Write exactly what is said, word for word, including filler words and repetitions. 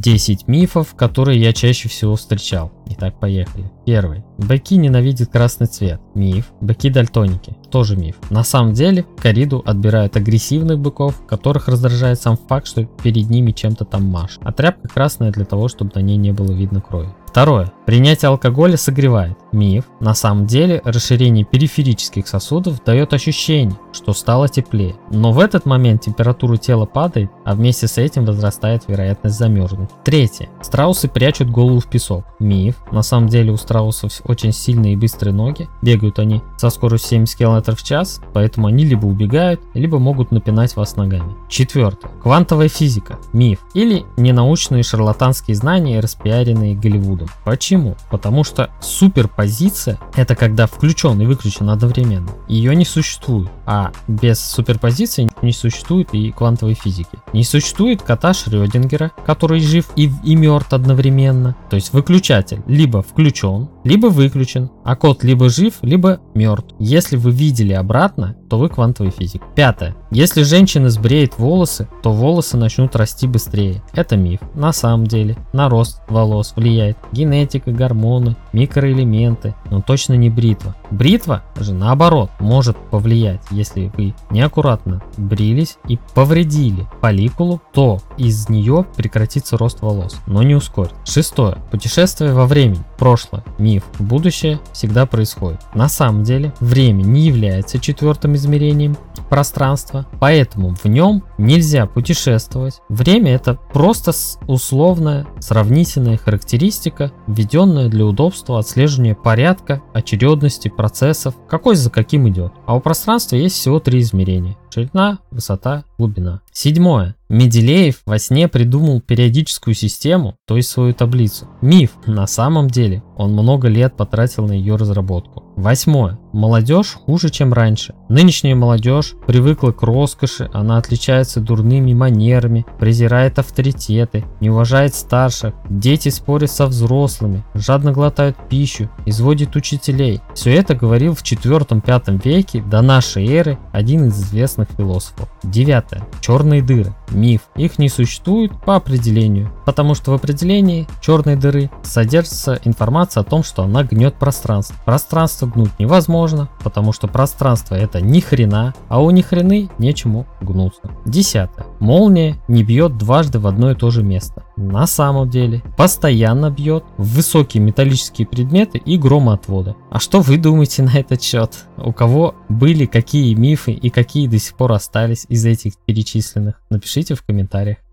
десять мифов, которые я чаще всего встречал. Итак, поехали. Первый. Быки ненавидят красный цвет. Миф. Быки дальтоники. Тоже миф. На самом деле, кориду отбирают агрессивных быков, которых раздражает сам факт, что перед ними чем-то там машут. А тряпка красная для того, чтобы на ней не было видно крови. Второе. Принятие алкоголя согревает. Миф. На самом деле, расширение периферических сосудов дает ощущение, что стало теплее. Но в этот момент температура тела падает, а вместе с этим возрастает вероятность замерзнуть. Третье. Страусы прячут голову в песок. Миф. На самом деле у страусов очень сильные и быстрые ноги. Бегают они со скоростью семьдесят километров в час, поэтому они либо убегают, либо могут напинать вас ногами. Четвертое. Квантовая физика. Миф. Или ненаучные шарлатанские знания, распиаренные Голливудом. Почему? Потому что суперпозиция — это когда включен и выключен одновременно. Ее не существует. А без суперпозиции не существует и квантовой физики. Не существует кота Шрёдингера, который жив и, и мертв одновременно. То есть выключатель либо включен, либо выключен, а кот либо жив, либо мертв. Если вы видели обратно, то вы квантовый физик. Пятое. Если женщина сбреет волосы, то волосы начнут расти быстрее. Это миф. На самом деле на рост волос влияет генетика, гормоны, микроэлементы, но точно не бритва. Бритва же наоборот может повлиять. Если вы неаккуратно брились и повредили фолликулу, то из нее прекратится рост волос, но не ускорит. Шестое. Путешествие во времени. Прошлое. Миф. Будущее всегда происходит. На самом деле время не является четвертым измерением пространства, поэтому в нем нельзя путешествовать. Время — это просто условная сравнительная характеристика, введенная для удобства отслеживания порядка, очередности процессов, какой за каким идет. А у пространства есть всего три измерения: ширина, высота, глубина. Седьмое. Менделеев во сне придумал периодическую систему, то есть свою таблицу. Миф. На самом деле он много лет потратил на ее разработку. Восьмое. Молодежь хуже, чем раньше. Нынешняя молодежь привыкла к роскоши, она отличается дурными манерами, презирает авторитеты, не уважает старших, дети спорят со взрослыми, жадно глотают пищу, изводят учителей. Все это говорил в четвёртом-пятом веке до нашей эры один из известных философов. Девятое. Черные дыры. Миф. Их не существует по определению, потому что в определении черной дыры содержится информация о том, что она гнет пространство. Пространство гнуть невозможно, потому что пространство — это ни хрена, а у ни хрены нечему гнуться. Десятое. Молния не бьет дважды в одно и то же место. На самом деле постоянно бьет в высокие металлические предметы и громоотводы. А что вы думаете на этот счет? У кого были какие мифы и какие до сих пор остались из этих перечисленных? Напишите в комментариях.